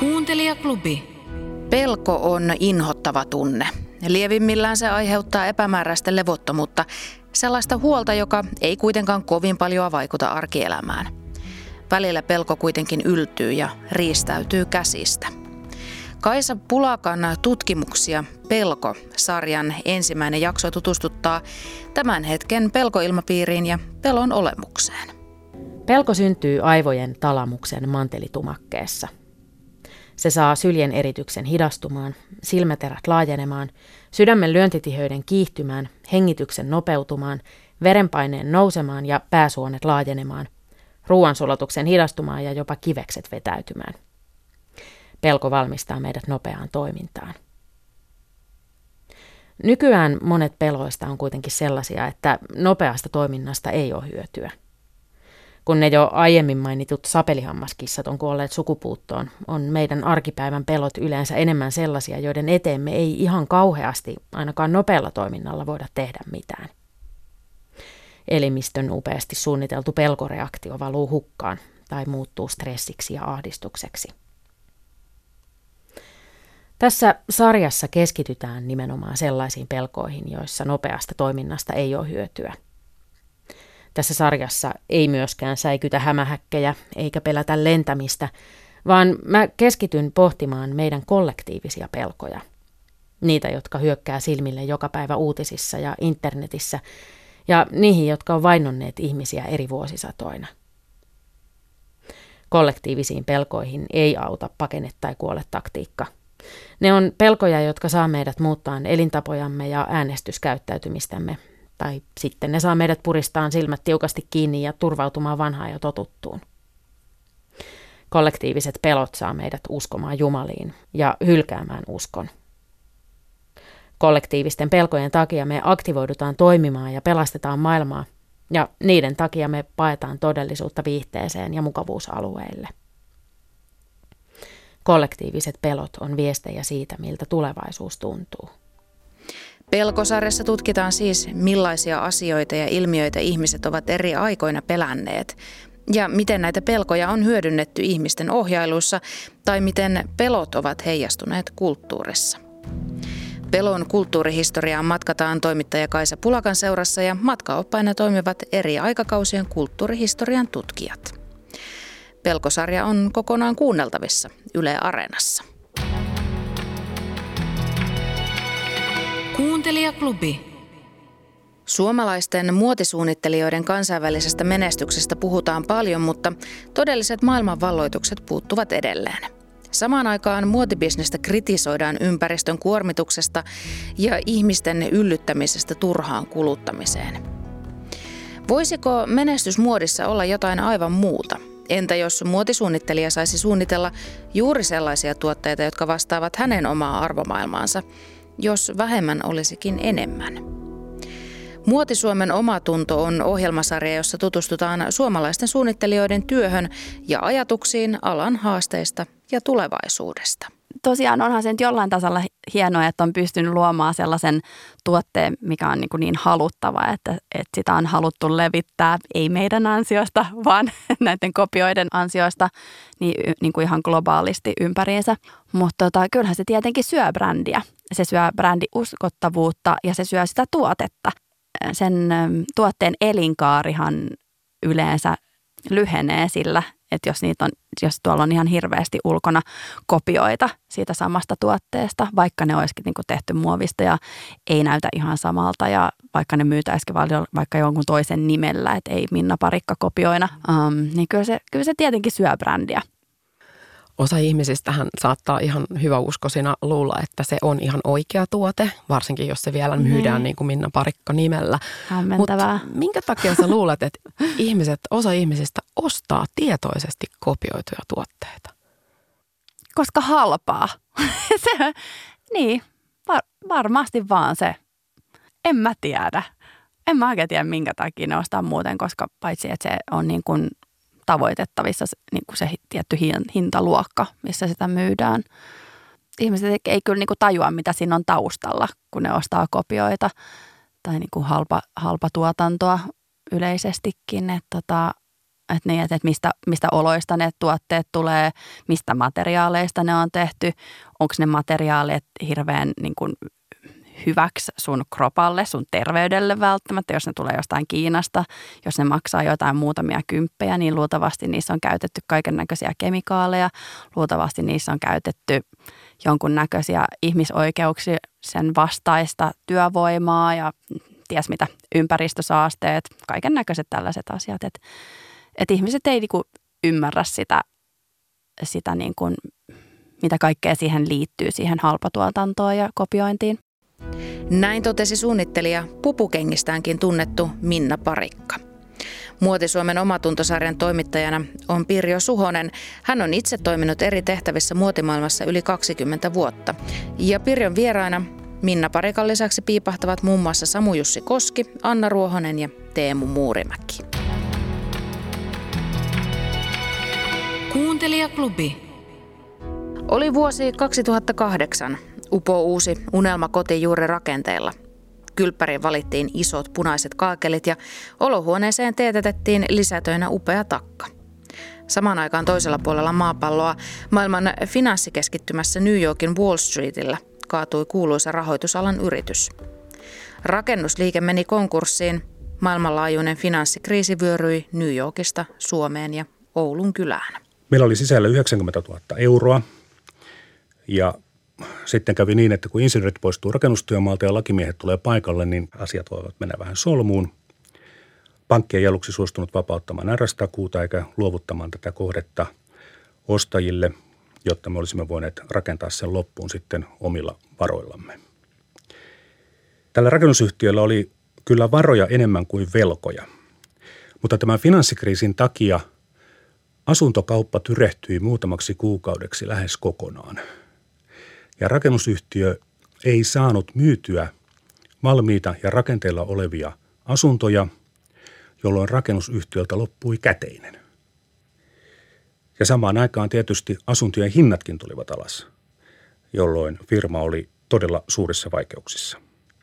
Kuuntelijaklubi. Pelko on inhottava tunne. Lievimmillään se aiheuttaa epämääräistä levottomuutta, sellaista huolta, joka ei kuitenkaan kovin paljon vaikuta arkielämään. Välillä pelko kuitenkin yltyy ja riistäytyy käsistä. Kaisa Pulakan tutkimuksia Pelko-sarjan ensimmäinen jakso tutustuttaa tämän hetken pelkoilmapiiriin ja pelon olemukseen. Pelko syntyy aivojen talamuksen mantelitumakkeessa. Se saa syljen erityksen hidastumaan, silmäterät laajenemaan, sydämen lyöntitiheyden kiihtymään, hengityksen nopeutumaan, verenpaineen nousemaan ja pääsuonet laajenemaan, ruoansulatuksen hidastumaan ja jopa kivekset vetäytymään. Pelko valmistaa meidät nopeaan toimintaan. Nykyään monet peloista on kuitenkin sellaisia, että nopeasta toiminnasta ei ole hyötyä. Kun ne jo aiemmin mainitut sapelihammaskissat on kuolleet sukupuuttoon, on meidän arkipäivän pelot yleensä enemmän sellaisia, joiden eteen me ei ihan kauheasti, ainakaan nopealla toiminnalla voida tehdä mitään. Elimistön upeasti suunniteltu pelkoreaktio valuu hukkaan tai muuttuu stressiksi ja ahdistukseksi. Tässä sarjassa keskitytään nimenomaan sellaisiin pelkoihin, joissa nopeasta toiminnasta ei ole hyötyä. Tässä sarjassa ei myöskään säikytä hämähäkkejä eikä pelätä lentämistä, vaan mä keskityn pohtimaan meidän kollektiivisia pelkoja. Niitä, jotka hyökkää silmille joka päivä uutisissa ja internetissä, ja niihin, jotka on vainonneet ihmisiä eri vuosisatoina. Kollektiivisiin pelkoihin ei auta pakene tai kuole taktiikka. Ne on pelkoja, jotka saa meidät muuttaa elintapojamme ja äänestyskäyttäytymistämme, tai sitten ne saa meidät puristaan silmät tiukasti kiinni ja turvautumaan vanhaan ja totuttuun. Kollektiiviset pelot saa meidät uskomaan Jumaliin ja hylkäämään uskon. Kollektiivisten pelkojen takia me aktivoidutaan toimimaan ja pelastetaan maailmaa, ja niiden takia me paetaan todellisuutta viihteeseen ja mukavuusalueille. Kollektiiviset pelot on viestejä siitä, miltä tulevaisuus tuntuu. Pelkosarjassa tutkitaan siis, millaisia asioita ja ilmiöitä ihmiset ovat eri aikoina pelänneet ja miten näitä pelkoja on hyödynnetty ihmisten ohjailuissa tai miten pelot ovat heijastuneet kulttuurissa. Pelon kulttuurihistoriaan matkataan toimittaja Kaisa Pulakan seurassa ja matkaoppaina toimivat eri aikakausien kulttuurihistorian tutkijat. Pelkosarja on kokonaan kuunneltavissa Yle Areenassa. Kuuntelijaklubi. Suomalaisten muotisuunnittelijoiden kansainvälisestä menestyksestä puhutaan paljon, mutta todelliset maailmanvalloitukset puuttuvat edelleen. Samaan aikaan muotibisnestä kritisoidaan ympäristön kuormituksesta ja ihmisten yllyttämisestä turhaan kuluttamiseen. Voisiko menestys muodissa olla jotain aivan muuta? Entä jos muotisuunnittelija saisi suunnitella juuri sellaisia tuotteita, jotka vastaavat hänen omaa arvomaailmaansa, jos vähemmän olisikin enemmän? Muotisuomen omatunto on ohjelmasarja, jossa tutustutaan suomalaisten suunnittelijoiden työhön ja ajatuksiin alan haasteista ja tulevaisuudesta. Tosiaan onhan se nyt jollain tasolla hienoa, että on pystynyt luomaan sellaisen tuotteen, mikä on niin haluttava, että sitä on haluttu levittää, ei meidän ansiosta, vaan näiden kopioiden ansiosta niin kuin ihan globaalisti ympäriinsä. Mutta kyllähän se tietenkin syö brändiä. Se syö brändiuskottavuutta ja se syö sitä tuotetta. Sen tuotteen elinkaarihan yleensä lyhenee sillä, että jos tuolla on ihan hirveästi ulkona kopioita siitä samasta tuotteesta, vaikka ne olisikin niin kuin tehty muovista ja ei näytä ihan samalta ja vaikka ne myytäisikin vaikka jonkun toisen nimellä, että ei Minna Parikka kopioina, niin kyllä se tietenkin syö brändiä. Osa ihmisistähän saattaa ihan hyväuskoisina luulla, että se on ihan oikea tuote, varsinkin jos se vielä myydään niin kuin Minna Parikka nimellä. Hämmentävää. Mutta minkä takia sä luulet, että osa ihmisistä ostaa tietoisesti kopioituja tuotteita? Koska halpaa. Varmasti vaan se. En mä tiedä. En mä oikein tiedä, minkä takia ne ostaa muuten, koska paitsi, että se on niin kuin tavoitettavissa niin kuin se tietty hintaluokka, missä sitä myydään. Ihmiset ei kyllä niin kuin tajua, mitä siinä on taustalla, kun ne ostaa kopioita tai niin kuin halpa tuotantoa yleisestikin. Että että mistä oloista ne tuotteet tulee, mistä materiaaleista ne on tehty, onko ne materiaalit hirveän niin kuin hyväksi sun kropalle, sun terveydelle välttämättä, jos ne tulee jostain Kiinasta, jos ne maksaa jotain muutamia kymppejä, niin luultavasti niissä on käytetty kaikennäköisiä kemikaaleja, luultavasti niissä on käytetty jonkunnäköisiä ihmisoikeuksien vastaista työvoimaa ja ties mitä, ympäristösaasteet, kaikennäköiset tällaiset asiat, että ihmiset ei niinku ymmärrä sitä niin kuin, mitä kaikkea siihen liittyy, siihen halpatuotantoon ja kopiointiin. Näin totesi suunnittelija pupukengistäänkin tunnettu Minna Parikka. Muotisuomen omatuntosarjan toimittajana on Pirjo Suhonen. Hän on itse toiminut eri tehtävissä muotimaailmassa yli 20 vuotta. Ja Pirjon vieraina Minna Parikan lisäksi piipahtavat muun muassa Samu Jussi Koski, Anna Ruohonen ja Teemu Muurimäki. Kuuntelijaklubi. Oli vuosi 2008. Upouusi unelmakoti juuri rakenteilla. Kylppäriin valittiin isot punaiset kaakelit ja olohuoneeseen teetätettiin lisätöinä upea takka. Samaan aikaan toisella puolella maapalloa maailman finanssikeskittymässä New Yorkin Wall Streetillä kaatui kuuluisa rahoitusalan yritys. Rakennusliike meni konkurssiin. Maailmanlaajuinen finanssikriisi vyöryi New Yorkista Suomeen ja Oulun kylään. Meillä oli sisällä 90 000 euroa ja sitten kävi niin, että kun insinöörit poistuu rakennustyömaalta ja lakimiehet tulee paikalle, niin asiat voivat mennä vähän solmuun. Pankki ei aluksi suostunut vapauttamaan RS-takuuta eikä luovuttamaan tätä kohdetta ostajille, jotta me olisimme voineet rakentaa sen loppuun sitten omilla varoillamme. Tällä rakennusyhtiöllä oli kyllä varoja enemmän kuin velkoja, mutta tämän finanssikriisin takia asuntokauppa tyrehtyi muutamaksi kuukaudeksi lähes kokonaan. Ja rakennusyhtiö ei saanut myytyä valmiita ja rakenteilla olevia asuntoja, jolloin rakennusyhtiöltä loppui käteinen. Ja samaan aikaan tietysti asuntojen hinnatkin tulivat alas, jolloin firma oli todella suurissa vaikeuksissa.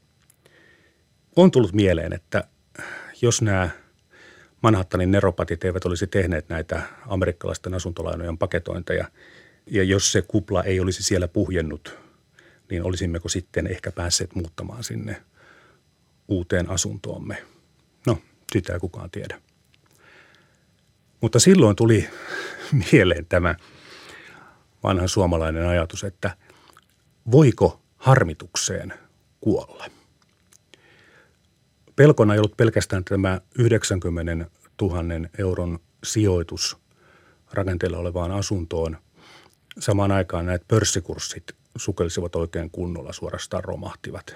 On tullut mieleen, että jos nämä Manhattanin neropatit eivät olisi tehneet näitä amerikkalaisten asuntolainojen paketointeja, ja jos se kupla ei olisi siellä puhjennut, niin olisimmeko sitten ehkä päässeet muuttamaan sinne uuteen asuntoomme? No, sitä ei kukaan tiedä. Mutta silloin tuli mieleen tämä vanha suomalainen ajatus, että voiko harmitukseen kuolla? Pelkona ei ollut pelkästään tämä 90 000 euron sijoitus rakenteella olevaan asuntoon. Samaan aikaan näitä pörssikurssit sukelsivat oikein kunnolla, suorastaan romahtivat.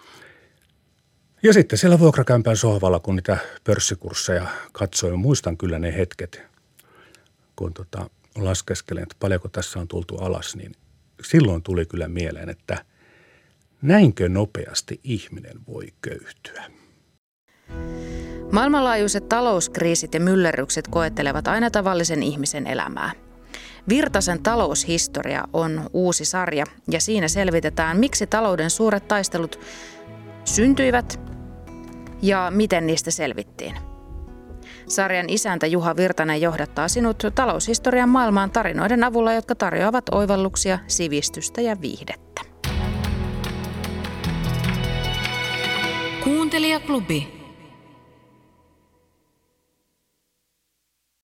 Ja sitten siellä vuokrakämpän sohvalla, kun niitä pörssikursseja katsoin, muistan kyllä ne hetket, kun laskeskelin, että paljonko tässä on tultu alas, niin silloin tuli kyllä mieleen, että näinkö nopeasti ihminen voi köyhtyä. Maailmanlaajuiset talouskriisit ja myllerrykset koettelevat aina tavallisen ihmisen elämää. Virtasen taloushistoria on uusi sarja ja siinä selvitetään, miksi talouden suuret taistelut syntyivät ja miten niistä selvittiin. Sarjan isäntä Juha Virtanen johdattaa sinut taloushistorian maailmaan tarinoiden avulla, jotka tarjoavat oivalluksia, sivistystä ja viihdettä. Kuuntelijaklubi.